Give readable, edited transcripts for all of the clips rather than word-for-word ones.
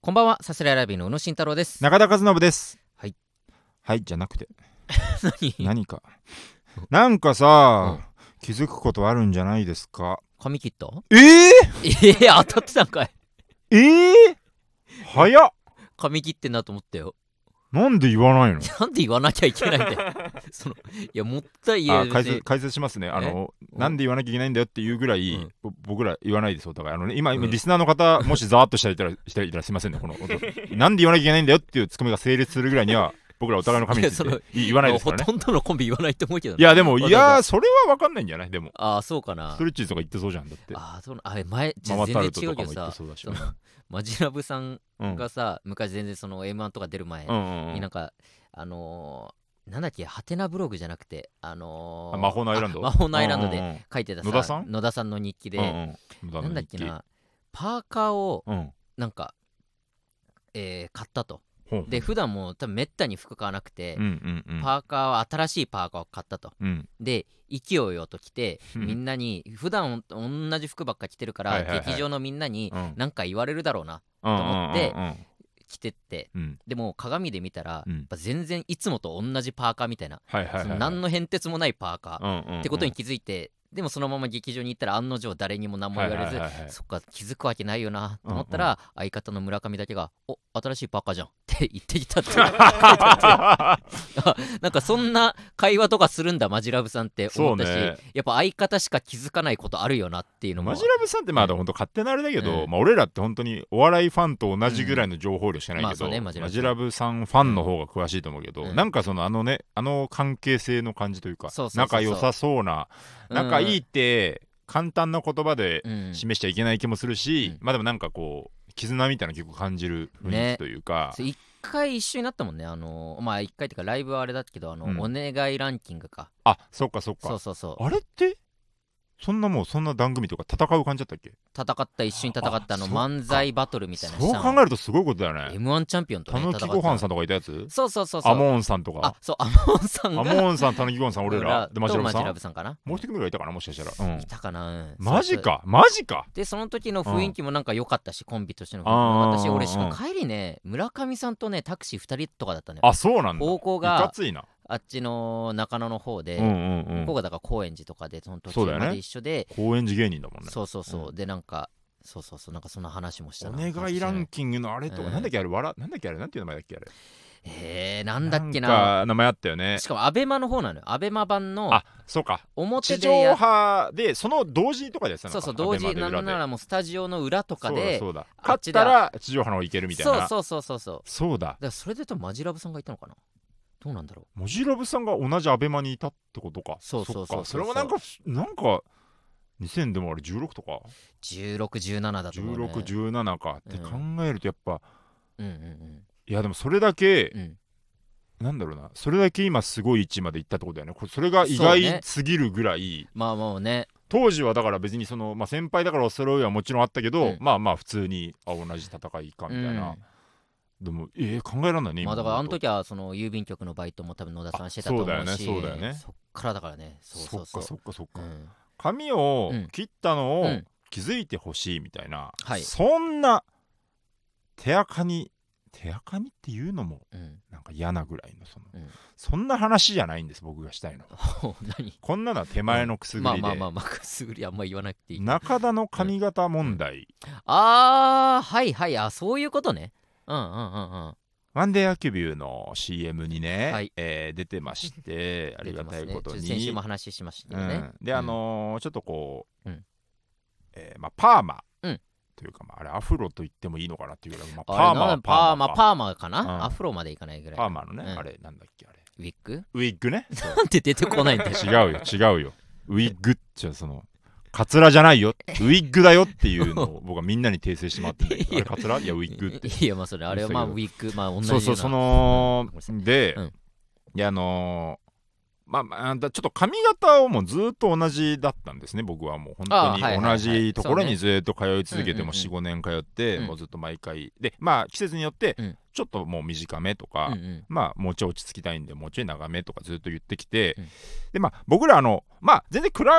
こんばんは、さすらいラビの宇野慎太郎です。 中田和信です。 はいはいじゃなくて何何かなんかさ、気づくことあるんじゃないですか。 髪切った？当たってたんかい。 早っ。 髪切ってんなと思ったよ。 なんで言わないの。 なんで言わなきゃいけないんだよいやもったいや解説しますね。なんで言わなきゃいけないんだよっていうぐらい、僕ら言わないですお互い。今リスナーの方もしざーっとしたらすいませんね。このなんで言わなきゃいけないんだよっていうツッコミが成立するぐらいには僕らお互いの髪について言わないですからね。 ほとんどのコンビ言わないと思うけど、ね、 いやでもそれは分かんないんじゃない。でもそうかな。 ストレッチーズとか言ってそうじゃん。だって前全然違うけどさ、マジラブさんがさ、昔全然その M1 とか出る前になんかなんだっけ、ハテナブログじゃなくて魔法のアイランドで書いてたさ、野田さんの日記で、なんだっけな、パーカーをなんか買ったと。で普段も多分めったに服買わなくて、パーカーは新しいパーカーを買ったと、で勢いよと着て、みんなに普段同じ服ばっか着てるから、劇場のみんなに何か言われるだろうなと思って着てって、でも鏡で見たら、全然いつもと同じパーカーみたいな、何の変哲もないパーカーってことに気づいて、でもそのまま劇場に行ったら案の定誰にも何も言われず、そっか気づくわけないよなと思ったら、相方の村上だけが「お、新しいパーカーじゃん」って言ってきたって書いてあってなんかそんな会話とかするんだマジラブさんって思ったし、やっぱ相方しか気づかないことあるよなっていうのも。 マジラブさんってまだ本当勝手なあれだけど、俺らって本当にお笑いファンと同じぐらいの情報量しかないけど、マジラブさんファンの方が詳しいと思うけど、なんかそのあの関係性の感じというか、仲良さそうな、仲いいって簡単な言葉で示しちゃいけない気もするし、まあでもなんかこう絆みたいな結構感じる雰囲気というか、 一回一緒になったもんね。まあ一回っていうかライブはあれだけど、お願いランキングか。 そっかそうあれってそんな番組とか戦う感じだったっけ。 一緒に戦った漫才バトルみたいな。 そう考えるとすごいことだよね。 M1 チャンピオンとね、 たぬきごはんさんとかいたやつ。 そうアモーンさんとか。 アモーンさんが、 アモーンさん、たぬきごはんさん、俺らでマジラブさんかな。 もう一組がいたかな、もしかしたら。 いたかな。 マジかでその時の雰囲気もなんか良かったし、コンビとしての雰囲気も良かったし、俺しかも帰りね、村上さんとねタクシー2人とかだったのよ。 そうなんだ。 方向がいかついな。 あっちの中野の方で、向こうがだから高円寺とかで、その途中まで一緒で、 高円寺芸人だもんね。 そうでなんかなんかそんな話もしたな。 お願いランキングのあれとか、なんだっけあれ、なんていう名前だっけあれ。 なんだっけな。 名前あったよね。 しかもアベマの方なのよ。アベマ版の。 そうか。 表で地上波でその同時とかでやってたのか。 同時。なんならもうスタジオの裏とかで。 そうだ。勝ったら地上波の方行けるみたいな。 そうだ。 だからそれでとマジラブさんがいたのかな。どうなんだろう。マジラブさんが同じアベマにいたってことか。 そう。 それもなんか2000でもあれ16とか 16、17だと思うね。 16、17かって考えるとやっぱ、いやでもそれだけ、なんだろうな、それだけ今すごい位置まで行ったってことだよね。それが意外すぎるぐらい、 まあもうね、 当時はだから別にその、先輩だから恐れ多いはもちろんあったけど、まあ普通に同じ戦いかみたいな。でも考えらんないね。 だからあの時はその郵便局のバイトも多分野田さんしてたと思うし、 そうだよね。 そっからだからね。そっか。 髪を切ったのを気づいてほしいみたいな、そんな手垢にっていうのもなんか嫌なぐらいのそんな話じゃないんです。僕がしたいのこんなのは手前のくすぐりで、 くすぐりあんま言わなくていい。 中田の髪型問題。 そういうことね。 ワンデーアキュビューの CM にね、出てまして、ありがたいことに先週も話しましたよね。 でちょっとこう、パーマというか、あれアフロと言ってもいいのかなっていうぐらい、パーマかな。アフロまでいかないぐらい。 パーマのね、あれなんだっけ、あれウィッグね。 なんで出てこないんだよ。 違うよ。ウィッグってそのカツラじゃないよ、ウィッグだよっていうのを僕はみんなに訂正してもらってんだけど、あれカツラ、いやウィッグって。 いやそれあれはウィッグ、同じような。 で、いやちょっと髪型をもうずっと同じだったんですね。僕はもう本当に同じところにずっと通い続けても 4,5 年通って、もうずっと毎回で、季節によってちょっともう短めとか、もうちょい落ち着きたいんでもうちょい長めとかずっと言ってきて、で僕ら全然暗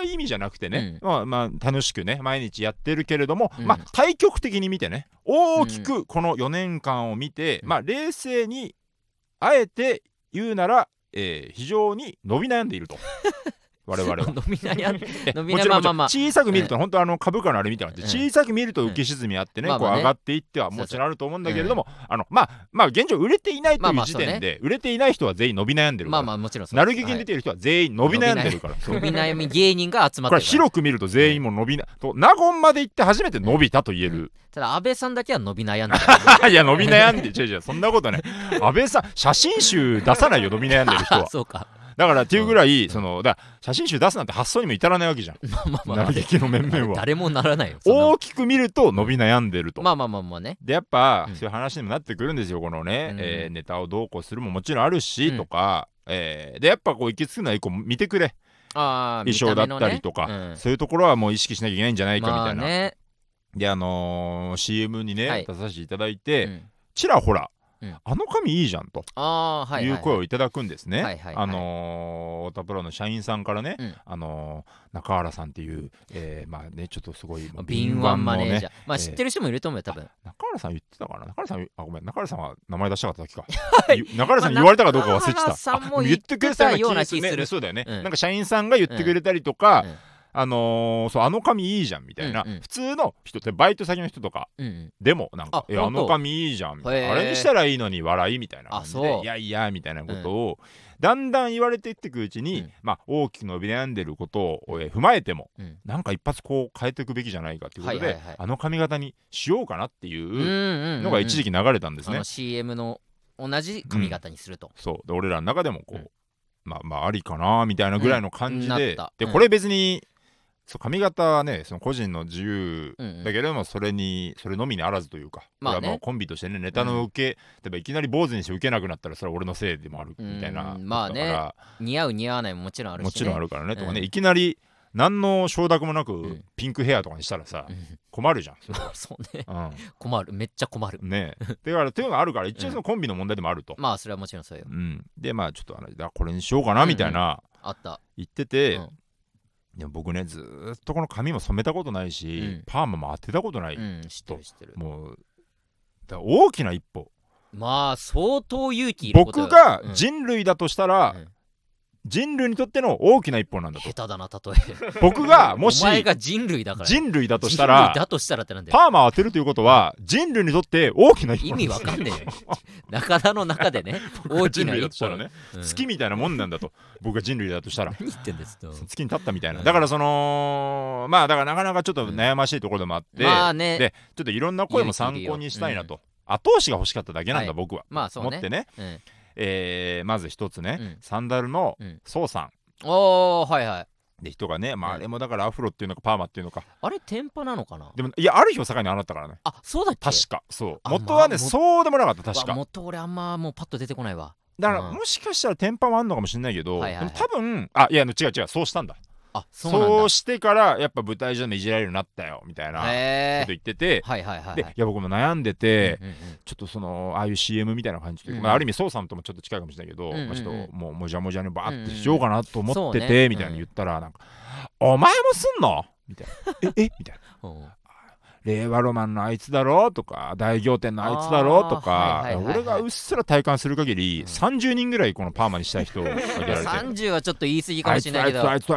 い意味じゃなくてね、楽しくね毎日やってるけれども、対極的に見てね、大きくこの4年間を見て、冷静にあえて言うなら、非常に伸び悩んでいると我々は伸び悩んでもちろん小さく見ると本当株価のあれみたいな小さく見ると浮き沈みあってね、こう上がっていってはもちろんあると思うんだけれども、現状売れていないという時点で売れていない人は全員伸び悩んでるから、 もちろんなる劇に出ている人は全員伸び悩んでるから、 伸び悩み芸人が集まってるから、 これ広く見ると全員も伸びなと納言まで行って初めて伸びたと言える。 ただ安倍さんだけは伸び悩んでるいや伸び悩んで違うそんなことね。安倍さん写真集出さないよ伸び悩んでる人は。 そうか。 だからっていうぐらい、だから写真集出すなんて発想にも至らないわけじゃん。なる劇の面々は誰もならないよ。 大きく見ると伸び悩んでると。 ね。 でやっぱ、そういう話にもなってくるんですよ。このね、ネタをどうこうするももちろんあるし、とか、でやっぱこう行き着くのは一個見てくれ。衣装だったりとか、そういうところはもう意識しなきゃいけないんじゃないかみたいな。でCM にね、出させていただいて、ちらほらあの紙いいじゃんという声をいただくんですね。太田プロの社員さんからね、中原さんっていう、ちょっとすごい敏腕マネージャー、知ってる人もいると思うよ多分。 中原さん言ってたかな。中原さんは名前出したかった時か中原さんに言われたかどうか忘れてた。 中原さんも言ってくれたような気する。 そうだよね。なんか社員さんが言ってくれたりとか、あの紙いいじゃんみたいな、普通の人ってバイト先の人とかでもなんか、あの紙いいじゃんみたいな、あれにしたらいいのに笑いみたいな感じで、いやいやみたいなことをだんだん言われていっていくうちに、大きく伸び悩んでることを踏まえても、なんか一発こう変えていくべきじゃないかということで、あの髪型にしようかなっていうのが一時期流れたんですね。 CM の同じ髪型にすると。 そうで俺らの中でもこう、ありかなみたいなぐらいの感じで、これ別に髪型はねその個人の自由だけれども、それのみにあらずというか、これはもうコンビとしてねネタの受け、例えばいきなり坊主にして受けなくなったらそれは俺のせいでもあるみたいな、 似合う似合わないももちろんあるし、 もちろんあるからね、とかね、いきなり何の承諾もなくピンクヘアとかにしたらさ、困るじゃん。 そうね、困る、めっちゃ困るね。だからっていうのがあるから、一応そのコンビの問題でもあると。 それはもちろんそうよ。 でちょっとこれにしようかなみたいな言ってて、でも僕ねずっとこの髪も染めたことないし、パーマも当てたことない、 知ってる。 もう大きな一歩、 相当勇気いることよ。 僕が人類だとしたら、人類にとっての大きな一歩なんだと。 下手だな例え。 僕がもしお前が人類だから、 人類だとしたらってなんだよ。 パーマを当てるということは人類にとって大きな一歩。 意味わかんねえよ。中田の中でね大きな一歩ね、月みたいなもんなんだと。僕が人類だとしたら何言ってんですと。 月に立ったみたいな。だからだからなかなかちょっと悩ましいところでもあって、でちょっといろんな声も参考にしたいなと、後押しが欲しかっただけなんだ、僕は思ってね。まず一つね、サンダルのソウさん、で人がね、あれもだからアフロっていうのかパーマっていうのか、 あれ天パなのかな。 でもいやある日を境にあなったからね。 そうだっけ。 確かそう元はねそうでもなかった。確か元俺あんまもうパッと出てこないわ。 だからもしかしたら天パもあんのかもしれないけど、でも多分いや違うそうしたんだ。そうしてからやっぱ舞台上でもいじられるようになったよみたいなこと言ってて、でいや僕も悩んでて、ちょっとああいう CM みたいな感じで、ある意味ソウさんともちょっと近いかもしれないけど、ちょっともうもじゃもじゃにバーってしようかなと思っててみたいに言ったら、なんかお前もすんのみたいなみたいな。令和ロマンのあいつだろとか大仰天のあいつだろとか、俺がうっすら体感する限り30人ぐらいこのパーマにしたい人が挙げられて、 30はちょっと言い過ぎかもしれないけど、 あいつ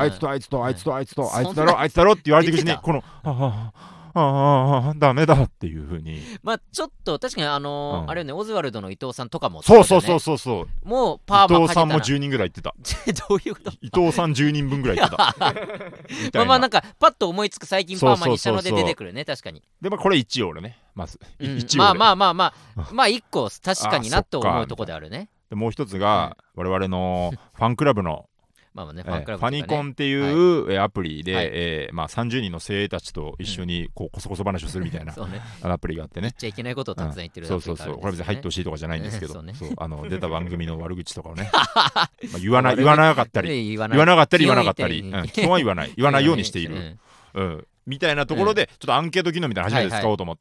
だろって言われていくうちにこのダメだっていう風に、 ちょっと確かにあれよね、オズワルドの伊藤さんとかもそうもうパーマかけたら伊藤さんも10人ぐらい言ってた。 どういうこと。 伊藤さん10人分ぐらい言ってた。 なんかパッと思いつく最近パーマにしたので出てくるね。確かに。 でこれ1俺ね、まず 11個確かになと思うとこであるね。 でもう一つが我々のファンクラブのファニコンっていうアプリで30人の精鋭たちと一緒にこそこそ話をするみたいなアプリがあってね。 言っちゃいけないことをたくさん言ってる。 これ別に入ってほしいとかじゃないんですけど、出た番組の悪口とかをね言わなかったり言わなかったり基本は言わないようにしているみたいなところで、ちょっとアンケート機能みたいなの初めて使おうと思って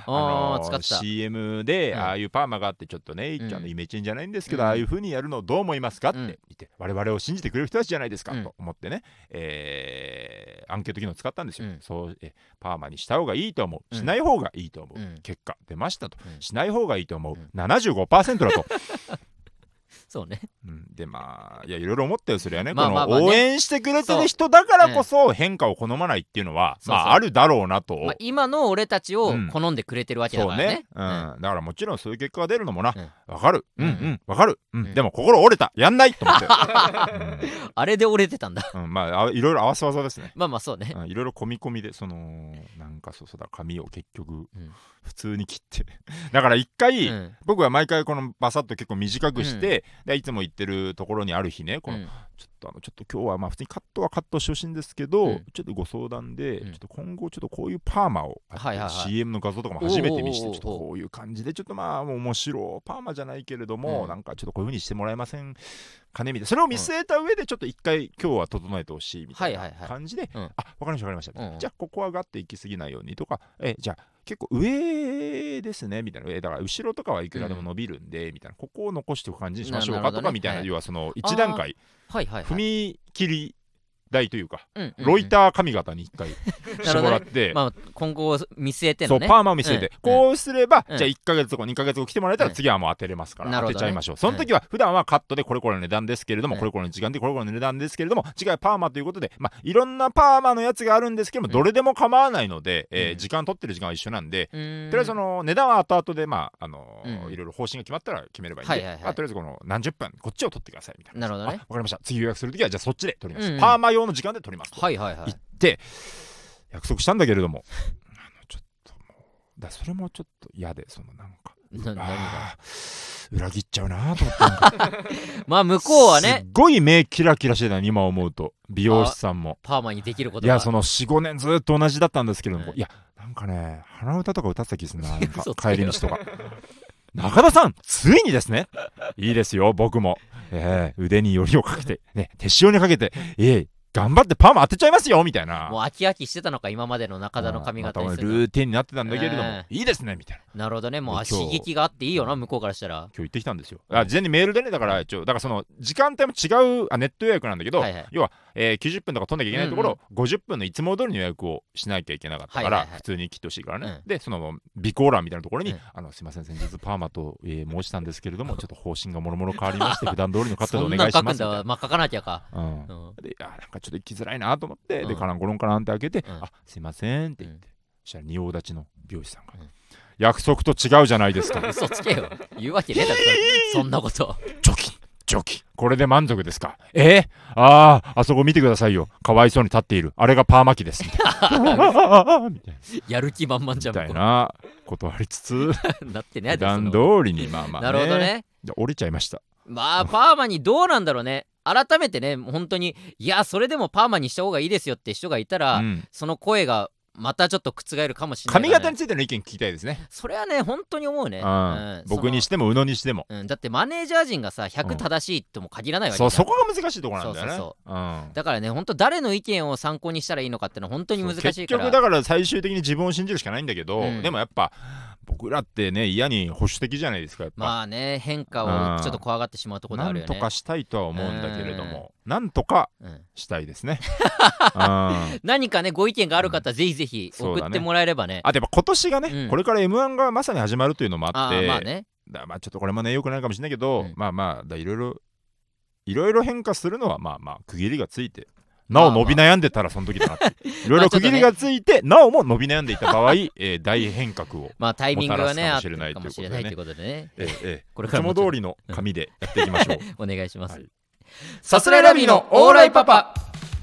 、CM でああいうパーマがあってちょっとね、イメチェンじゃないんですけど、ああいう風にやるのどう思いますかって言って、我々を信じてくれる人たちじゃないですかと思ってね、アンケート機能使ったんですよ。そうパーマにした方がいいと思う、しない方がいいと思う、結果出ましたと、しない方がいいと思う、75% だと。 そうね、 でまあいろいろ思ったよそれはね、この応援してくれてる人だからこそ変化を好まないっていうのはあるだろうなと。 今の俺たちを好んでくれてるわけだからね。 だからもちろんそういう結果が出るのもな、わかる、わかる、でも心折れた、やんないと思ってあれで折れてたんだ。 まあいろいろ合わせ技ですね。 まあそうね、 いろいろ込み込みでなんかそうだ髪を結局普通に切ってだから一回僕は毎回このバサッと結構短くしていつも行ってるところにある日ね、このちょっと今日はまあ普通にカットはカットしてほしいんですけど、ちょっとご相談でちょっと今後ちょっとこういうパーマを CM の画像とかも初めて見して、ちょっとこういう感じでちょっとまあ面白いパーマじゃないけれども、なんかちょっとこういう風にしてもらえませんかねみたいな、それを見据えた上でちょっと一回今日は整えてほしいみたいな感じで、あ、わかりました、じゃあここはガッて行き過ぎないようにとか、じゃあ結構上ですねみたいな、だから後ろとかはいくらでも伸びるんでみたいな、ここを残しておく感じにしましょうかとかみたいな、要はその一段階踏み切り台というか、ロイター髪型に一回してもらって、 今後を見据えてのね、 そうパーマを見据えて、こうすればじゃあ1ヶ月後2ヶ月後来てもらえたら次はもう当てれますから当てちゃいましょう。その時は普段はカットでこれこれの値段ですけれども、これこれの時間でこれこれの値段ですけれども、次はパーマということで、いろんなパーマのやつがあるんですけども、どれでも構わないので、時間取ってる時間は一緒なんで、とりあえずその値段は後々でいろいろ方針が決まったら決めればいいんで、とりあえずこの何十分こっちを取ってくださいみたいな。なるほどね、わかりました、次予約する時はじゃあそっちで取ります、パーマ用の時間で取りますと言って約束したんだけれども、ちょっともうそれもちょっと嫌で、何が裏切っちゃうなと思ってまあ向こうはねすっごい目キラキラしてたの今思うと、美容師さんもパーマにできることが、 いやその 4,5 年ずっと同じだったんですけれども、いやなんかね鼻歌とか歌ってた気するな、帰り道とか中田さんついにですね、いいですよ僕も、腕によりをかけてね、手塩にかけて頑張ってパーマ当てちゃいますよみたいな、 もう飽き飽きしてたのか今までの中田の髪型にするルーティンになってたんだけれども、いいですねみたいな。 なるほどね、もう刺激があっていいよな向こうからしたら。 今日行ってきたんですよ。事前にメールでね、だからその時間帯も違うネット予約なんだけど、要は90分とか取んなきゃいけないところ、50分のいつも通りの予約をしなきゃいけなかったから、普通に切ってほしいからね、でその備考欄みたいなところに、すいません先日パーマと申したんですけれども、ちょっと方針がもろもろ変わりまして普段通りのカットでお願いしますみたいな。 まあ書かなきゃか。 でなんかちょっと行きづらいなと思って、でカランコロンカランって開けて、すいませんって言って、そしたら仁王立ちの美容師さんが、約束と違うじゃないですか。 嘘つけよ、言うわけねえだろそんなこと。 ジョキこれで満足ですか。あそこ見てくださいよ、かわいそうに立っているあれがパーマ機ですみたいなやる気満々じゃんみたいな断りつつなってね、 普段通りにまあなるほどね、 降りちゃいました。 まあパーマにどうなんだろうね、改めてね、本当にいやそれでもパーマにした方がいいですよって人がいたら、その声がまたちょっと覆るかもしれない、 髪型についての意見聞きたいですね。 それはね本当に思うね、 僕にしても宇野にしても、 だってマネージャー陣がさ100正しいとも限らないわけじゃん。 そこが難しいところなんだよね。 だからね本当誰の意見を参考にしたらいいのかってのは本当に難しいから、 結局だから最終的に自分を信じるしかないんだけど、でもやっぱ僕らってね嫌に保守的じゃないですか、やっぱ。 まあね変化をちょっと怖がってしまうところあるよね。 なんとかしたいとは思うんだけれども、なんとかしたいですね。 何かねご意見がある方、ぜひぜひ送ってもらえればね。 でも今年がね、これから M1 がまさに始まるというのもあって、まあちょっとこれもねよくないかもしれないけど、まあいろいろ変化するのはまあ区切りがついて、なお伸び悩んでたらその時だなって、いろいろ区切りがついてなおも伸び悩んでいた場合、大変革をタイミングがねもたらすかもしれないということでね、 これからいつも通りの紙でやっていきましょう。 お願いします。 さすらいラビーのオーライパパ。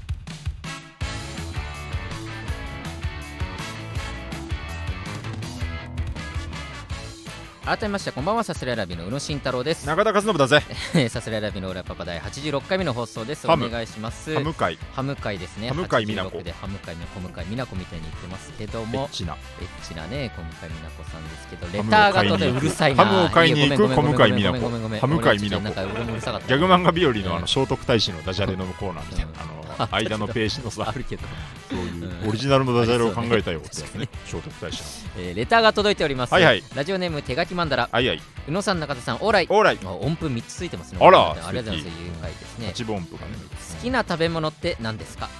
改めましてこんばんは、さすらいラビの宇野慎太郎です。 中田和信だぜ。 さすらいラビのオーライパパ第86回目の放送です。お願いします。ハム会ですね。 ハム会みなこでハム会のコム会みなこみたいに言ってますけども、エッチなねコム会みなこさんですけど、レターがとでうるさいな。 ハムを買いに行くコム会みなこ、ハム会みなこ、 ギャグ漫画日和の聖徳太子のダジャレのコーナーみたいな、 間のページのさあるけどそういうオリジナルのダジャレを考えたよってね聖徳太子のレターが届いております。 はいはい。 ラジオネーム手書きマンダラ。 はいはい。 宇野さん中田さんオーライ。 オーライ。 音符3つついてますね。 あらありがとうございます。有害ですね。 8分音符がね。 好きな食べ物って何ですか？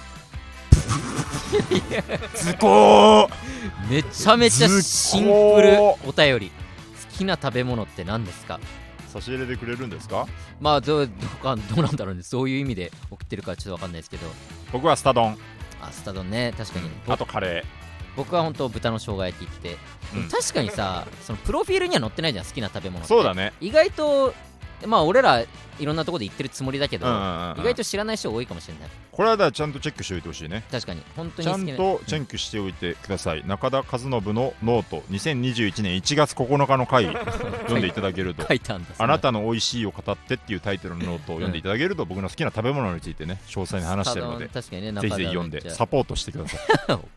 ズコー。 めちゃめちゃシンプルお便り。好きな食べ物って何ですか？ 差し入れてくれるんですか？ まあどうなんだろうね。そういう意味で送ってるかちょっと分かんないですけど、 僕はスタ丼。 スタ丼ね。確かに、 あとカレー。 僕は本当豚の生姜焼きって、確かにさ、そのプロフィールには載ってないじゃん、好きな食べ物って。 そうだね。 意外とまあ俺らいろんなところで言ってるつもりだけど、意外と知らない人多いかもしれない。 これはだからちゃんとチェックしておいてほしいね。 確かに本当にちゃんとチェックしておいてください。中田和信のノート2021年1月9日の回読んでいただけるとあなたの美味しいを語ってっていうタイトルのノートを読んでいただけると、僕の好きな食べ物についてね詳細に話してるので、 確かに、ね、 ぜひぜひ読んでサポートしてください。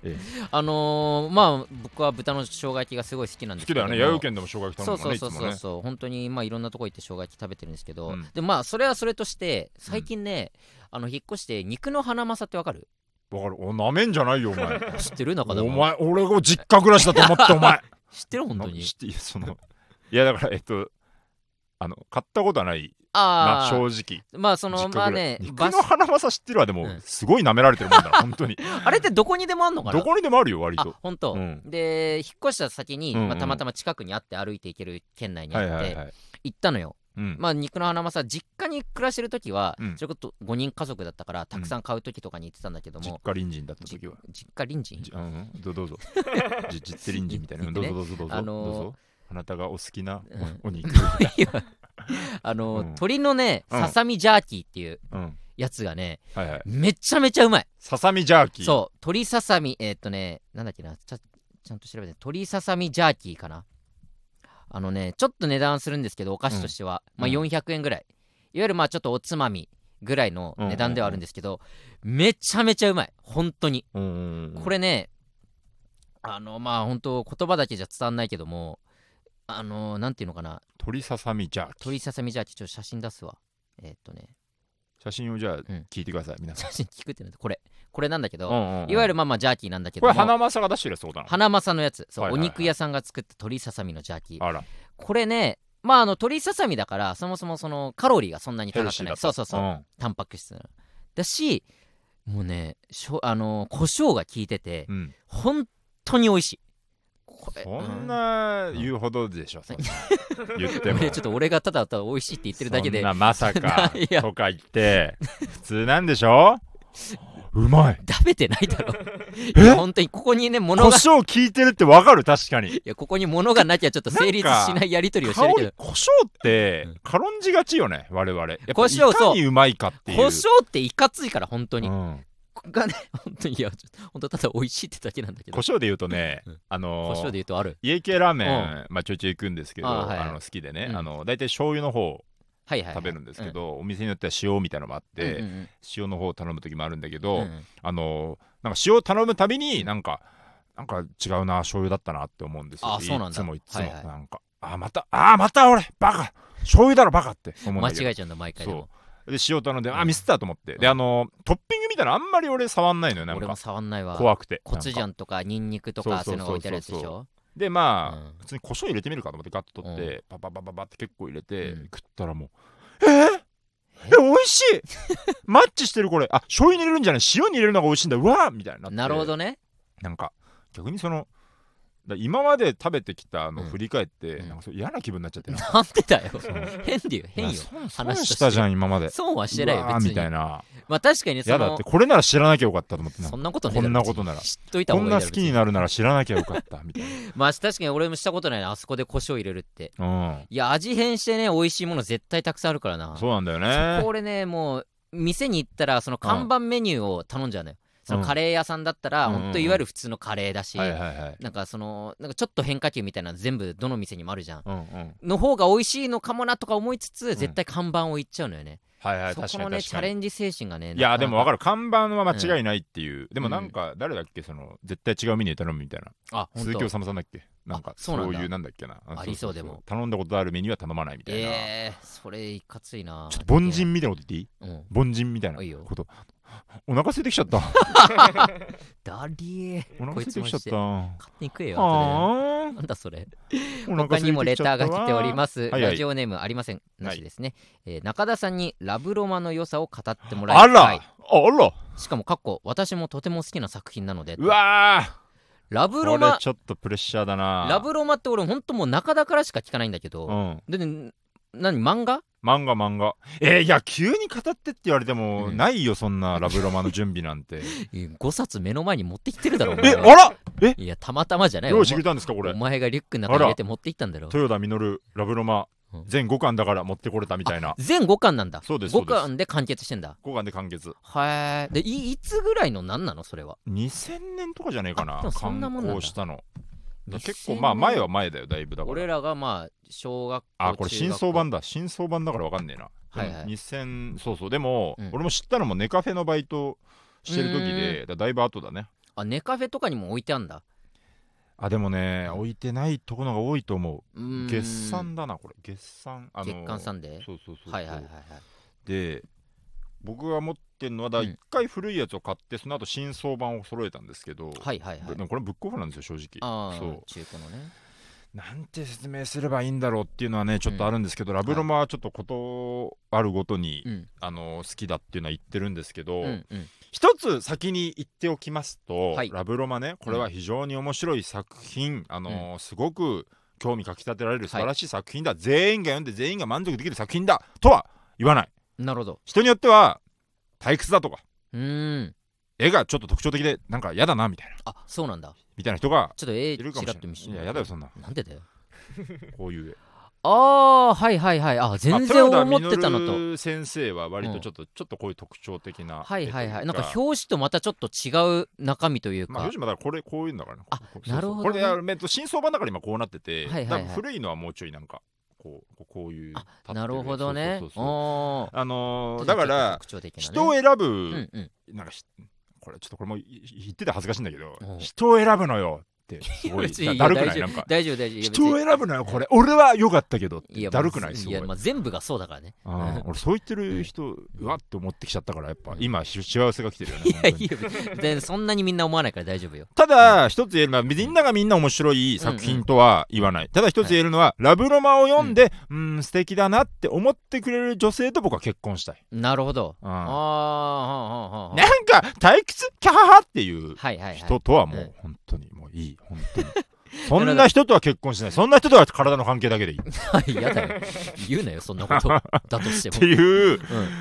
まあ僕は豚の生姜焼きがすごい好きなんですけど、 好きだよね。弥生県でも生姜焼き食べるのね。 そう本当にまあいろんなとこ行って生姜焼き食べてるんですけど、でまあそれはそれとして最近ね、引っ越して肉のハナマサってわかる？ わかる。なめんじゃないよお前。 知ってる？中田お前俺が実家暮らしだと思ってお前知ってる？本当に知っていやだから買ったことはないな、正直。 まあそのまあね、 肉のハナマサ知ってるわ。でもすごい舐められてるもんだな本当に。 あれってどこにでもあんのかな？ どこにでもあるよ割と。 本当。で引っ越した先にたまたま近くにあって歩いて行ける県内にあって行ったのよ。まあ肉のハナマサ実家に暮らしてる時はそれこそ5人家族だったからたくさん買う時とかに行ってたんだけども、 実家隣人だった時は実家隣人どうぞ実家隣人みたいな。どうぞあなたがお好きなお肉鶏のねささみジャーキーっていうやつがねめちゃめちゃうまい。 ささみジャーキー。 そう鶏ささみなんだっけな、ちゃんと調べて、鶏ささみジャーキーかな。ちょっと値段するんですけどお菓子としては、まあ400円ぐらい、いわゆるまあちょっとおつまみぐらいの値段ではあるんですけど、めちゃめちゃうまい本当に。これねまあ本当言葉だけじゃ伝わんないけども、なんていうのかな、 鶏ささみジャーキー。 鶏ささみジャーキー、ちょっと写真出すわ。 写真をじゃあ聞いてください皆さん。 写真聞くってなってこれなんだけど、いわゆるまあジャーキーなんだけど、 これ花正が出してるやつそうだな。 花正のやつ、そう、お肉屋さんが作った鶏ささみのジャーキー。あら、これね、まあ鶏ささみだからそもそもそのカロリーがそんなに高くない。そうタンパク質だし、もうね胡椒が効いてて本当に美味しい。 そんな言うほどでしょ言っても。 ちょっと俺がただ美味しいって言ってるだけで、 そんなまさかとか言って普通なんでしょ。うまい。 食べてないだろ。いや本当にここにね物が胡椒効いてるってわかる。確かに。 いやここに物がなきゃちょっと成立しないやり取りをしてるけど、 胡椒って軽んじがちよね我々。やっぱ胡椒いかにうまいかっていう。 胡椒っていかついから本当に。がね、本当に、いや、本当ただ美味しいってだけなんだけど。 胡椒で言うとね、 胡椒で言うとある。 家系ラーメン、まあちょいちょい行くんですけど、好きでね、大体醤油の方食べるんですけど、お店によっては塩みたいなのもあって、塩の方を頼む時もあるんだけど、なんか塩頼むたびになんか違うな、醤油だったなって思うんですよ。いつもなんかまた俺バカ醤油だろバカって思うんだけど。 間違えちゃうんだ毎回でも。 で塩頼んでミスったと思って、でトッピングみたいなあんまり俺触んないのよ。なんか俺も触んないわ、 怖くて。 コチュジャンとかニンニクとかそういうのが置いてあるやつでしょ。 でまあ普通に胡椒入れてみるかと思ってガッと取ってパパパパパって結構入れて食ったらもう美味しいマッチしてるこれ。醤油に入れるんじゃない塩に入れるのが美味しいんだうわーみたいになって。 なるほどね。 なんか逆に今まで食べてきた振り返ってなんか嫌な気分になっちゃって。 なんでだよ変よ話したじゃん今まで。 損はしてないよ別にみたいな。 まあ確かに嫌だって、これなら知らなきゃよかったと思って。 そんなことねえこんなことなら知っといた方がいいだろ。 こんな好きになるなら知らなきゃよかったみたいな。 まあ確かに俺もしたことないな、あそこで胡椒入れるって。いや味変してね美味しいもの絶対たくさんあるからな。 そうなんだよね。 そこ俺ねもう店に行ったらその看板メニューを頼んじゃうのよ。そのカレー屋さんだったら本当いわゆる普通のカレーだし、なんかちょっと変化球みたいな全部どの店にもあるじゃん、の方が美味しいのかもなとか思いつつ、絶対看板を言っちゃうのよね。そこのねチャレンジ精神がね。 いやでも分かる。看板は間違いないっていう。でもなんか誰だっけ絶対違うメニュー頼むみたいな。鈴木おさむさんだっけ。なんかそういうなんだっけな。 ありそうでも頼んだことあるメニューは頼まないみたいな。 それいかついな。 ちょっと凡人みたいなこと言っていい？凡人みたいなこと。 お腹空いてきちゃっただりー、 お腹空いてきちゃった。 勝手に食えよ。なんだそれ。他にもレターが来ております。ラジオネームありません。なしですね。中田さんにラブロマの良さを語ってもらいたい。 あら。 しかも私もとても好きな作品なので。 うわー、 ラブロマ、 これちょっとプレッシャーだな。 ラブロマって俺ほんともう中田からしか聞かないんだけど、で漫画いや急に語ってって言われても、ないよそんなラブロマの準備なんて 5冊目の前に持ってきてるだろお前。あらいやたまたまじゃない。 用意してくれたんですかこれ。 お前がリュックの中に入れて持ってきたんだろ。 豊田実ラブロマ全5巻だから持ってこれたみたいな。 全5巻なんだ。 そうです。 5巻で完結してんだ。 5巻で完結。 へえ。でいつぐらいの何なのそれは。 2000年とかじゃねえかな。刊行したの結構前は前だよだいぶ。だから俺らが小学校、 これ新装版だからわかんねえな。2000、そうでも、俺も知ったのもネカフェのバイトしてる時で、だいぶ後だね。 ネカフェとかにも置いてあんだ。 でもね、置いてないところが多いと思う。月産だなこれ。月刊サンデー。そうで僕が持ってるのは1回古いやつを買ってその後新装版を揃えたんですけど、これブックオフなんですよ正直。 そう中古のね。 なんて説明すればいいんだろうっていうのはねちょっとあるんですけど、ラブロマはちょっとことあるごとに、好きだっていうのは言ってるんですけど、一つ先に言っておきますと、ラブロマねこれは非常に面白い作品、すごく興味かき立てられる素晴らしい作品だ、全員が読んで全員が満足できる作品だとは言わない。 なるほど。 人によっては退屈だとか絵がちょっと特徴的でなんか嫌だなみたいな。 そうなんだ。 みたいな人がちょっといるかもしれない。いや、やだよそんな。 なんでだよこういう絵。 全然思ってたのと。 豊田実先生は割とちょっとこういう特徴的な。 なんか表紙とまたちょっと違う中身というか。 表紙まだこういうんだからね。 なるほど。 これ新装版だから今こうなってて、古いのはもうちょいなんかこういう。 なるほどね。 だから人を選ぶなんかこれも言ってて恥ずかしいんだけど、人を選ぶのよってすごいだるくない？なんか大丈夫。 人を選ぶのよこれ。俺は良かったけどってだるくない？すごい。 いや全部がそうだからね。 俺そう言ってる人うわって思ってきちゃったからやっぱ今幸せが来てるよね。 いやそんなにみんな思わないから大丈夫よ。 ただ一つ言えるのはみんながみんな面白い作品とは言わない。ただ一つ言えるのはラブロマを読んで素敵だなって思ってくれる女性と僕は結婚したい。 なるほど。 なんか退屈キャハハっていう人とはもう本当にもういい。本当にそんな人とは結婚しない。そんな人とは体の関係だけでいい。 やだよ言うなよそんなことだとしてもっていう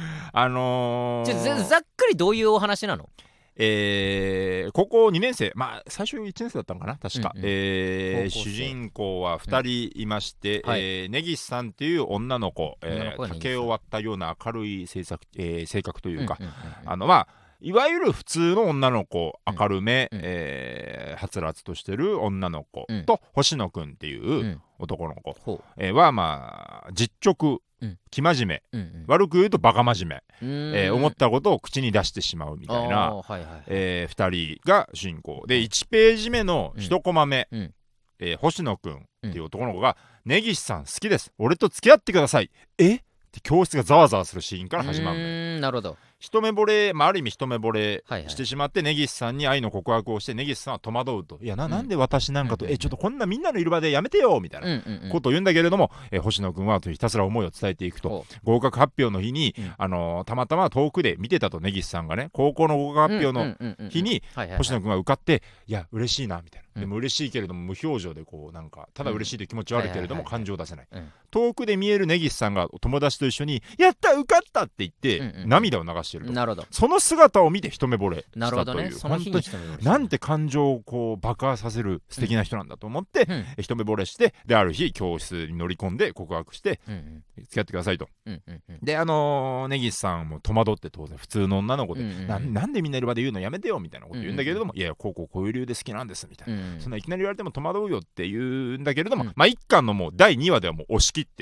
ざっくりどういうお話なの？ 高校2年生最初1年生だったのかな確か。主人公は2人いまして、根岸さんっていう女の子、竹を割ったような明るい性格というか、いわゆる普通の女の子、明るめ、はつらつとしてる女の子と、星野くんっていう男の子は実直、生真面目、悪く言うとバカ真面目、思ったことを口に出してしまうみたいな2人が主人公で、1ページ目の1コマ目、星野くんっていう男の子が根岸さん好きです、俺と付き合ってください、って教室がざわざわするシーンから始まるのよ。 なるほど。 一目惚れ、ある意味一目惚れしてしまって根岸さんに愛の告白をして、根岸さんは戸惑うと、いやなんで私なんかと、ちょっとこんなみんなのいる場でやめてよみたいなことを言うんだけれども、星野くんはひたすら思いを伝えていくと、合格発表の日に、たまたま遠くで見てたと、根岸さんがね高校の合格発表の日に星野くんが受かって、いや嬉しいなみたいな、でも嬉しいけれども無表情でこうなんかただ嬉しいという気持ちはあるけれども感情を出せない、遠くで見える根岸さんが友達と一緒にやった受かったって言って涙を流していると。 なるほど。 その姿を見て一目惚れしたという。 なるほどね。その日に一目惚れした。 なんて感情をこう爆発させる素敵な人なんだと思って、一目惚れして、である日教室に乗り込んで告白して、付き合ってくださいと。で根岸さんも戸惑って当然普通の女の子で、なんでみんないる場で言うのやめてよみたいなこと言うんだけれども、いやこういう理由で好きなんですみたいな、そんないきなり言われても戸惑うよって言うんだけれども、一巻のもう第2話ではもう押し切って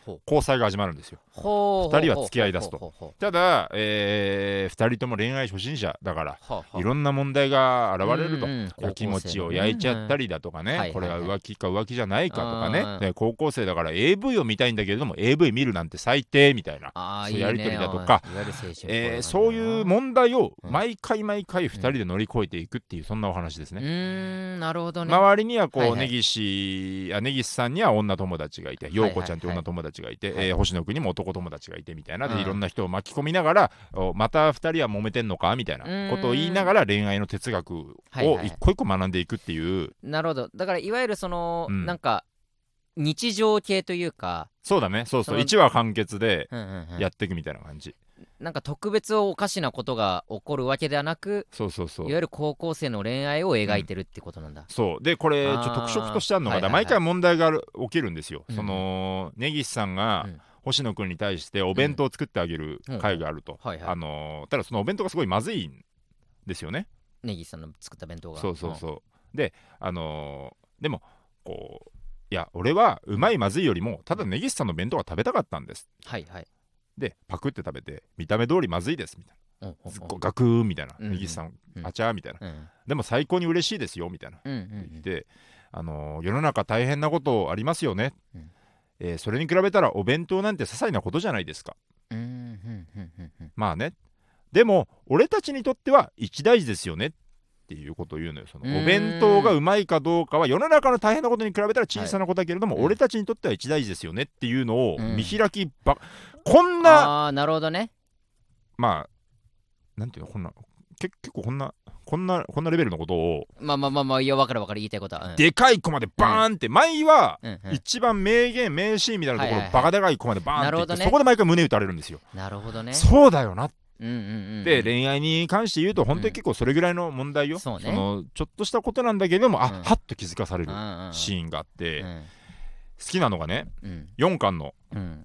交際が始まるんですよ。2人は付き合い出すと。ただ、2人とも恋愛初心者だからいろんな問題が現れると。やきもちを焼いちゃったりだとかね、これは浮気か浮気じゃないかとかね、高校生だから AV を見たいんだけれども AV 見るなんて最低みたいな、そういうやり取りだとか、そういう問題を毎回毎回2人で乗り越えていくっていう、そんなお話ですね。 なるほどね。 周りにはこう根岸さんには女友達がいて、陽子ちゃんって女友達がいて、星野くんにも男友達がいてみたいな、でいろんな人を巻き込みながら、また2人は揉めてんのかみたいなことを言いながら恋愛の哲学を一個一個学んでいくっていう。 なるほど。だからいわゆるその、なんか日常系というか、 そうだね、そうそう、1話完結でやっていくみたいな感じ。 なんか特別おかしなことが起こるわけではなく、 そうそうそう、 いわゆる高校生の恋愛を描いてるってことなんだ。 そうで、これ特色としてあるのが、毎回問題が起きるんですよ。その根岸さんが星野くんに対してお弁当を作ってあげる会があると。ただそのお弁当がすごいまずいんですよね、 根岸さんの作った弁当が。 そうそうそう。ででもこう、いや俺はうまいまずいよりもただ根岸さんの弁当が食べたかったんです。でパクって食べて見た目通りまずいですみたいな、すっごいガクーみたいな、根岸さんあちゃーみたいな、でも最高に嬉しいですよみたいな言って、世の中大変なことありますよね、それに比べたらお弁当なんて些細なことじゃないですか。まあね、でも俺たちにとっては一大事ですよねっていうことを言うのよ。そのお弁当がうまいかどうかは世の中の大変なことに比べたら小さなことだけれども、俺たちにとっては一大事ですよねっていうのを見開きこんな、 なるほどね。 まあなんていうの、こんな結構こんなレベルのことを、 いや分かる言いたいことは、 でかいコマでバーンって、前は一番名シーンみたいなところバカでかいコマでバーンって、そこで毎回胸打たれるんですよ。 なるほどね。 そうだよな。で恋愛に関して言うと本当に結構それぐらいの問題よ。そのちょっとしたことなんだけども、はっと気づかされるシーンがあって、好きなのがね、4巻の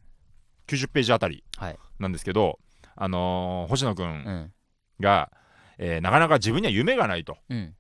90ページあたりなんですけど、星野くんがなかなか自分には夢がないと、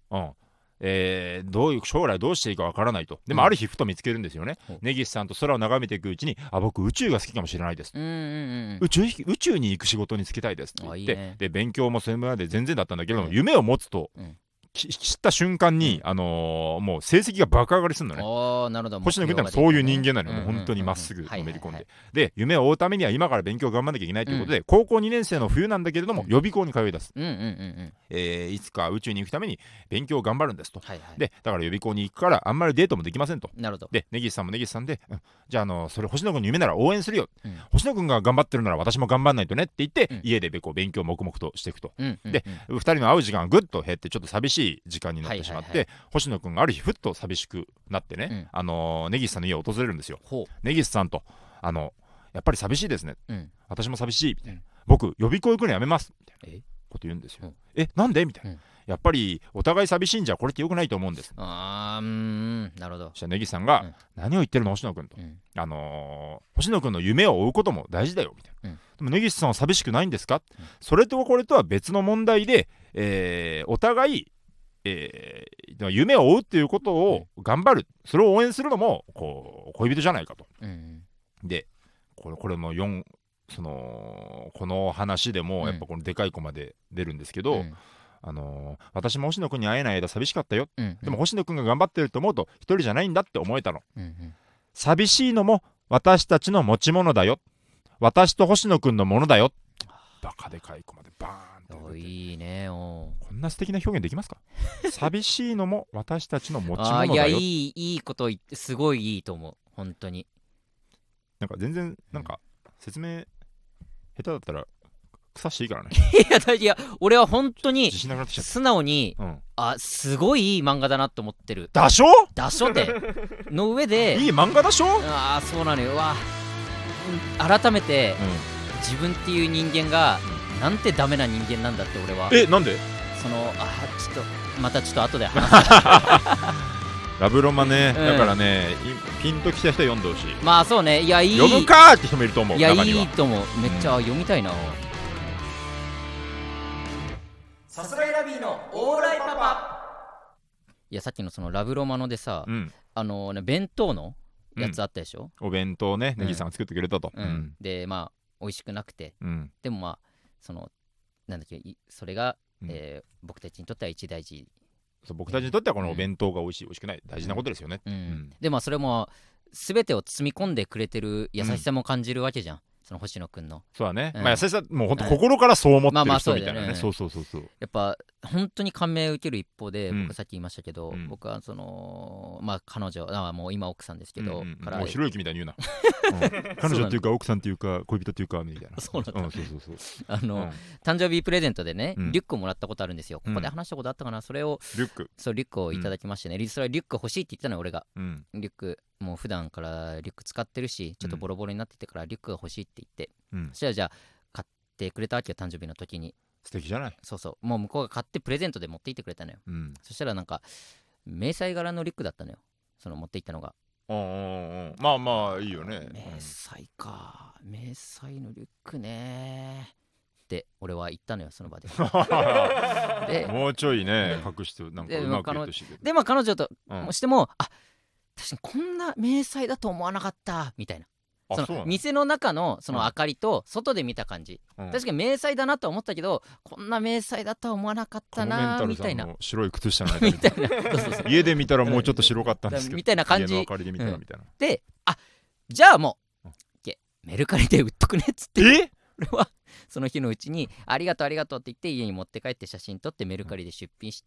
どういう将来どうしていいかわからないと。でもある日ふと見つけるんですよね。根岸さんと空を眺めていくうちに、僕宇宙が好きかもしれないです、宇宙に行く仕事に就きたいですって言って、で勉強もそれまで全然だったんだけども、夢を持つと知った瞬間に、もう成績が爆上がりするのね。星野君ってのはそういう人間なのよ。もう本当にまっすぐのめり込んで、で夢を追うためには今から勉強頑張らなきゃいけないということで、高校2年生の冬なんだけれども予備校に通い出す。いつか宇宙に行くために勉強を頑張るんですと。でだから予備校に行くからあんまりデートもできませんと。で根岸さんも根岸さんで、じゃあそれ星野君の夢なら応援するよ、星野君が頑張ってるなら私も頑張らないとねって言って、家で勉強を黙々としていくと。で2人の会う時間がぐっと減ってちょっと寂しい時間になってしまって、星野くんがある日ふっと寂しくなってね、根岸さんの家を訪れるんですよ。根岸さんとやっぱり寂しいですね、私も寂しいみたいな、僕予備校行くのやめますみたいなこと言うんですよ。なんでみたいな、やっぱりお互い寂しいんじゃこれって良くないと思うんです。なるほど。そしたら根岸さんが、何を言ってるの星野くんと、星野くんの夢を追うことも大事だよみたいな、でも根岸さんは寂しくないんですか、それとこれとは別の問題で、お互い夢を追うっていうことを頑張る、それを応援するのも恋人じゃないかと。でこれもこの話でもやっぱこのでかい子まで出るんですけど、私も星野くんに会えない間寂しかったよ、でも星野くんが頑張ってると思うと一人じゃないんだって思えたの、寂しいのも私たちの持ち物だよ、私と星野くんのものだよ、バカでかい子までバーンって。いいね。こんな素敵な表現できますか寂しいのも私たちの持ち物だよ。いやいいこと言って、すごいいいと思う本当に。 なんか全然なんか説明下手だったら腐していいからね。 いや俺は本当に自信なくなってきちゃった。 素直に、すごいいい漫画だなと思ってる。 だしょっての上でいい漫画だしょ。 そうなのよ。改めて、自分っていう人間がなんてダメな人間なんだって俺は。 なんで？ ちょっとまたちょっと後で話す。 ラブロマね、だからね、ピンときた人は読んでほしい。 まあそうね、いやいい。 読むかーって人もいると思う。 いやいいと思う。めっちゃ読みたいな。さすらいラビーのオーライパパ。いやさっきのそのラブロマのでさ、弁当のやつあったでしょ、 お弁当ね、ネギさんが作ってくれたと。 でまあ美味しくなくて、でもまあそのなんだっけ、それが、僕たちにとっては一大事。 そう、僕たちにとってはこのお弁当が美味しい、美味しくない大事なことですよね。 でまあそれも全てを包み込んでくれてる優しさも感じるわけじゃん、その星野くんの。 そうだね、まあ優しさ、もう本当心からそう思ってる人みたいなね。そうそうそうそう。 やっぱ本当に感銘を受ける一方で、僕さっき言いましたけど、僕はそのまあ彼女、もう今奥さんですけど、 もうひろゆきみたいに言うな。彼女っていうか奥さんっていうか恋人っていうかみたいな。 そうなんだ。 そうそうそう。 誕生日プレゼントでね、リュックをもらったことあるんですよ。ここで話したことあったかな。それをリュック、 そうリュックをいただきましてね、それはリュック欲しいって言ったのよ俺が。リュックもう普段からリュック使ってるし、ちょっとボロボロになっててからリュックが欲しいって言って、そしたらじゃあ買ってくれたわけよ、誕生日の時に。 素敵じゃない。 そうそう、もう向こうが買ってプレゼントで持って行ってくれたのよ。そしたらなんか迷彩柄のリュックだったのよ、その持って行ったのが。 まあまあいいよね。 迷彩か、迷彩のリュックねって俺は言ったのよ、その場で。 でもうちょいね隠してなんかうまく言ってほしいけど。 でまあ彼女としても、あ、確かにこんな迷彩だと思わなかったみたいな。その店の中のその明かりと外で見た感じ、確かに迷彩だなとは思ったけど、こんな迷彩だとは思わなかったなみたいな。 白い靴下の間みたいな。家で見たらもうちょっと白かったんですけどみたいな感じ。 家の明かりで見たらみたいな。 で、あ、じゃあもうメルカリで売っとくねっつって、俺はその日のうちにありがとうありがとうって言って家に持って帰って写真撮ってメルカリで出品して、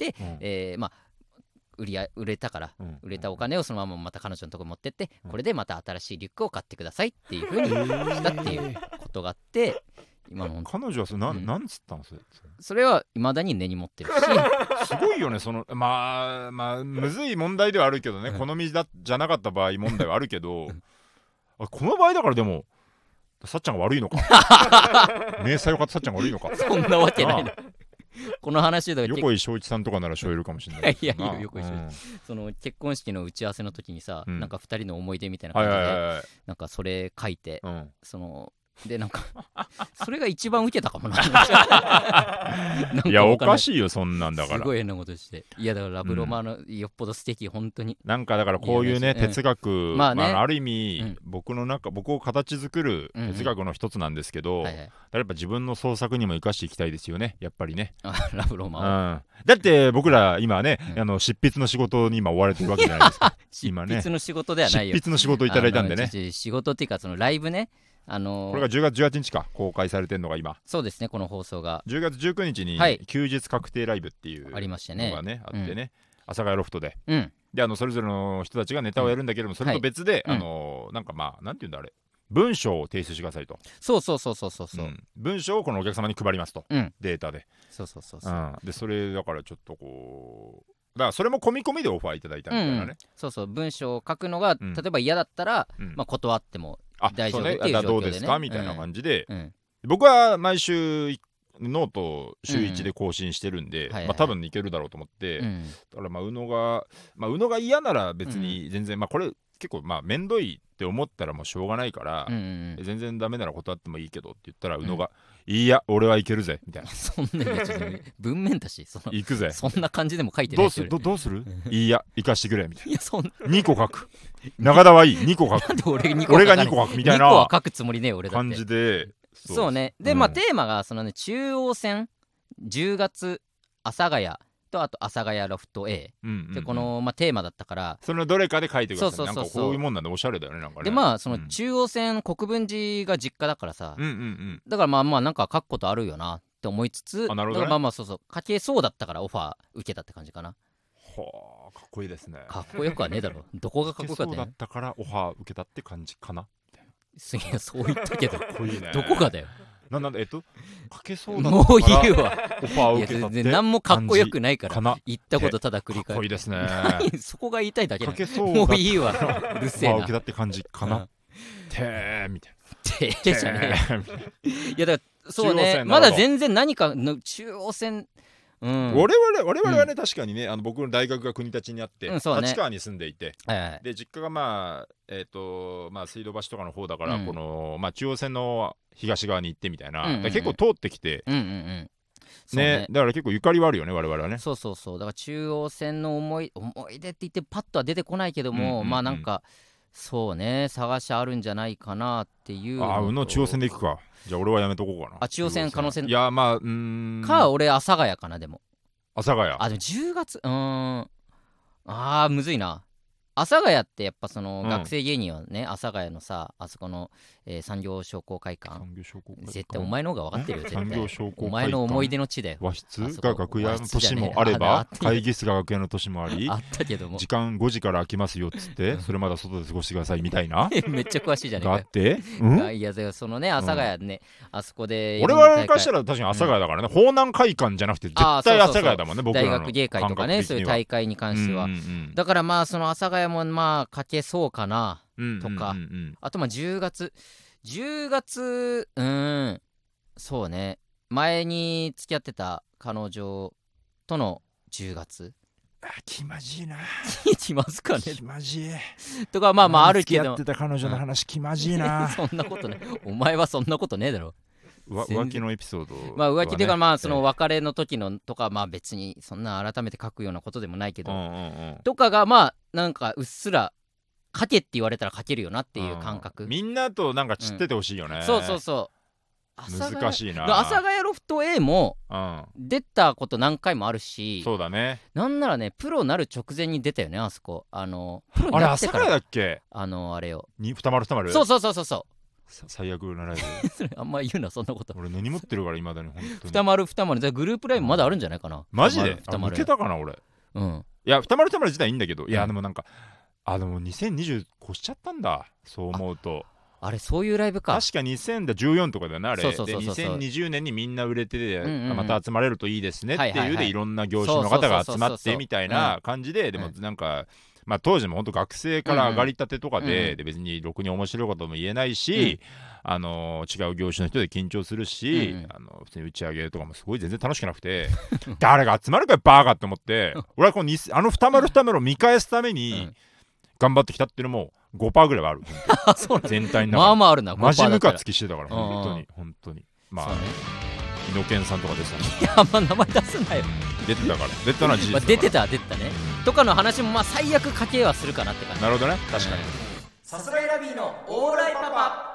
まあ売れたから、売れたお金をそのまままた彼女のところに持ってって、これでまた新しいリュックを買ってくださいっていう風にしたっていうことがあって、 今の彼女はそれなんつったんですか。 それはいまだに根に持ってるしすごいよね。そのまあむずい問題ではあるけどね、好みじゃなかった場合問題はあるけどこの場合だからでもさっちゃんが悪いのか迷彩を買ったさっちゃんが悪いのか。 そんなわけないのこの話だ横井翔一さんとかならしょえるかもしれない。 いやいや、横井翔一、その結婚式の打ち合わせの時にさ、なんか2人の思い出みたいな感じで、なんかそれ書いて、そのでなんかそれが一番ウケたかもな。 いやおかしいよそんなんだから。 すごい変なことして。いやだからラブロマのよっぽど素敵、本当に。 なんかだからこういうね哲学、ある意味僕を形作る哲学の一つなんですけど、やっぱ自分の創作にも生かしていきたいですよね、やっぱりね。 ラブロマだって僕ら今ね執筆の仕事に今追われてるわけじゃないですか。 執筆の仕事ではないよ。 執筆の仕事いただいたんでね。 仕事っていうかそのライブね。これが10月18日か公開されてるのが今。 そうですね、この放送が 10月19日に休日確定ライブっていうのがねあってね、阿佐ヶ谷ロフトで、でそれぞれの人たちがネタをやるんだけども、それと別でなんかまあなんていうんだあれ、文章を提出してくださいと。 そう、 文章をこのお客様に配りますと、データで。でそれだからちょっとこうだからそれも込み込みでオファーいただいたみたいなね。 そう文章を書くのが例えば嫌だったら断っても大丈夫っていう状況でね。 どうですかみたいな感じで、僕は毎週ノートを週1で更新してるんで、多分いけるだろうと思って、だから宇野が嫌なら別に全然、これ結構めんどいって思ったらもうしょうがないから、全然ダメなら断ってもいいけどって言ったら宇野が、いや俺はいけるぜみたいな。 そんな別に文面だし、 行くぜそんな感じでも書いてないし、 どうするいや行かしてくれみたいな。いやそんな2個書く、中田はいい2個書く俺が2個書くみたいな2 個は書くつもりね俺だって感じで。 そうね。でテーマがそのね、中央線10月阿佐ヶ谷とあと阿佐ヶ谷ロフト A でこのテーマだったから、 そのどれかで書いてください。なんかこういうもんなんでおしゃれだよね、なんかね。 でその中央線国分寺が実家だからさ、だからなんか書くことあるよなって思いつつ、だからそう書けそうだったからオファー受けたって感じかな。 はあ、かっこいいですね。 かっこよくはねえだろ。どこがかっこよかったそうだったからオファー受けたって感じかな。 いやそう言ったけど、 かっこいいね。 どこがだよ。 なんで書けそうだったからもういいわ。 オファーを受けたって何もかっこよくないから言ったことただ繰り返す。 かっこいいですね。 そこが言いたいだけだ。 書けそうだったもういいわ。うるせえな。 オファーを受けたって感じかな。てーみたいな。 てーじゃねえ。いやだからそうね、まだ全然何かの中央線。我 々はね、確かにね僕の大学が国立にあって、立川に住んでいて、で実家が水道橋とかの方だから、この中央線の東側に行ってみたいな、結構通ってきてね、だから結構ゆかりはあるよね我々はね。 そうだから中央線の思い出って言ってパッとは出てこないけども、なんかそうね、探しあるんじゃないかなっていうのと。 宇野中央線で行くか。じゃあ俺はやめとこうかな。 中央線可能性。 いやまあ俺阿佐ヶ谷かな。でも阿佐ヶ谷。 でも10月むずいな。阿佐ヶ谷ってやっぱその学生芸人はね、阿佐ヶ谷のさ、あそこの、産業商工会館、絶対お前の方が分かってるよ。絶対お前の思い出の地だよ。 和室が楽屋の年もあれば、会議室が楽屋の年もあり、 あったけども、 時間5時から空きますよっつって、それまだ外で過ごしてくださいみたいなめっちゃ詳しいじゃねえかがあって、 いやそのね、阿佐ヶ谷ね、あそこで俺はからしたら確かに阿佐ヶ谷だからね、方南会館じゃなくて絶対阿佐ヶ谷だもんね。僕らの大学芸会とかね、そういう大会に関しては。だからまあその阿佐ヶ谷もまあ書けそうかなとか、あとまあ10月そうね、前に付き合ってた彼女との10月。 気まじいな。 気まずかね。 気まじいとかまああるけど、 付き合ってた彼女の話気まじいな。 そんなことね、お前はそんなことねえだろ。 浮気のエピソード、 まあ浮気っていうか、まあその別れの時のとか、まあ別にそんな改めて書くようなことでもないけど、とかがまあなんかうっすら書けって言われたら書けるよなっていう感覚。 みんなとなんか知っててほしいよね。 そう難しいな。 阿佐ヶ谷ロフト A も出たこと何回もあるし、 そうだね。 なんならね、プロなる直前に出たよね、あそこ。 あれ阿佐ヶ谷だっけ。 あれよ、 二丸そう最悪なライブあんま言うな、そんなこと。 俺根に持ってるから今だに本当に。 二丸じゃグループライブまだあるんじゃないかな。 マジで抜けたかな俺。いや二丸自体いいんだけど、いやでもなんかでも2020越しちゃったんだ、そう思うと。 あれそういうライブか。 確か2014とかだよねあれ。で2020年にみんな売れてまた集まれるといいですねっていうでいろんな業種の方が集まってみたいな感じで、でもなんかまあ当時も本当学生から上がりたてとかで別にろくに面白いことも言えないし、違う業種の人で緊張するし、普通に打ち上げとかもすごい全然楽しくなくて誰が集まるかよバーカって思って俺はこの二丸を見返すために頑張ってきたっていうのも5% ぐらいはある。全体の中まあまああるな。 マジムカつきしてたから本当にまあ猪犬さんとか出てたね。 いや、あんま名前出すなよ。 出てたから。出てたのは事実だから。 出てたね。とかの話もまあ最悪家計はするかなって感じ。 なるほどね。確かに。 さすらいラビーのオーライパパ。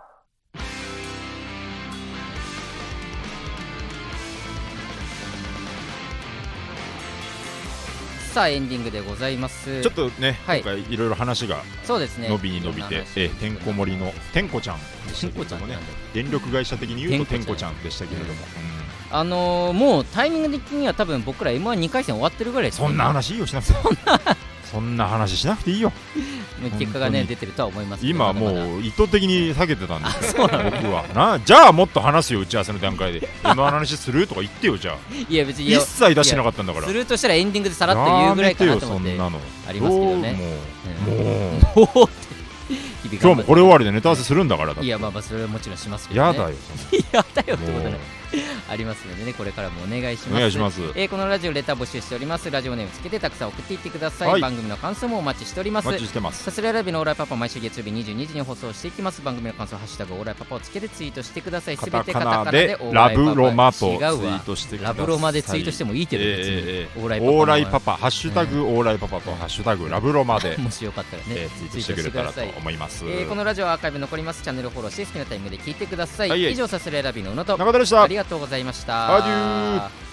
さあエンディングでございます。 ちょっとね、今回いろいろ話が伸びに伸びて、てんこ盛りのてんこちゃんでしたけれどもね、電力会社的に言うとてんこちゃんでしたけれども、もうタイミング的には多分僕ら M12 回戦終わってるぐらいです。 そんな話いいよしなくて。そんな話しなくていいよ。 結果がね出てるとは思いますけど、 今もう意図的に避けてたんですよ僕は。じゃあもっと話すよ、打ち合わせの段階で今の話するとか言ってよ。じゃあいや別に一切出してなかったんだから。 するとしたらエンディングでさらっと言うぐらいかなと思って。 そんなのありますけどね。 もう今日もこれ終わりでネタ合わせするんだから。 いやまあそれはもちろんしますけどね。 やだよやだよってことねありますのでね、これからもお願いします。 お願いします。 このラジオレター募集しております。ラジオネームつけてたくさん送っていってください。番組の感想もお待ちしております。 お待ちしてます。 さすらいラビのオーライパパ、毎週月曜日22時に放送していきます。番組の感想ハッシュタグオーライパパをつけてツイートしてください。すべてカタカナでラブロマとツイートしてください。 ラブロマでツイートしてもいいけど、別にオーライパパハッシュタグオーライパパとハッシュタグラブロマでもしよかったらねツイートしてくれたらと思います。 このラジオはアーカイブ残ります。チャンネルフォローして好きなタイミングで聞いてください。以上さすらいラビの宇野と中田でした。 ありがとうございました。 アデュー。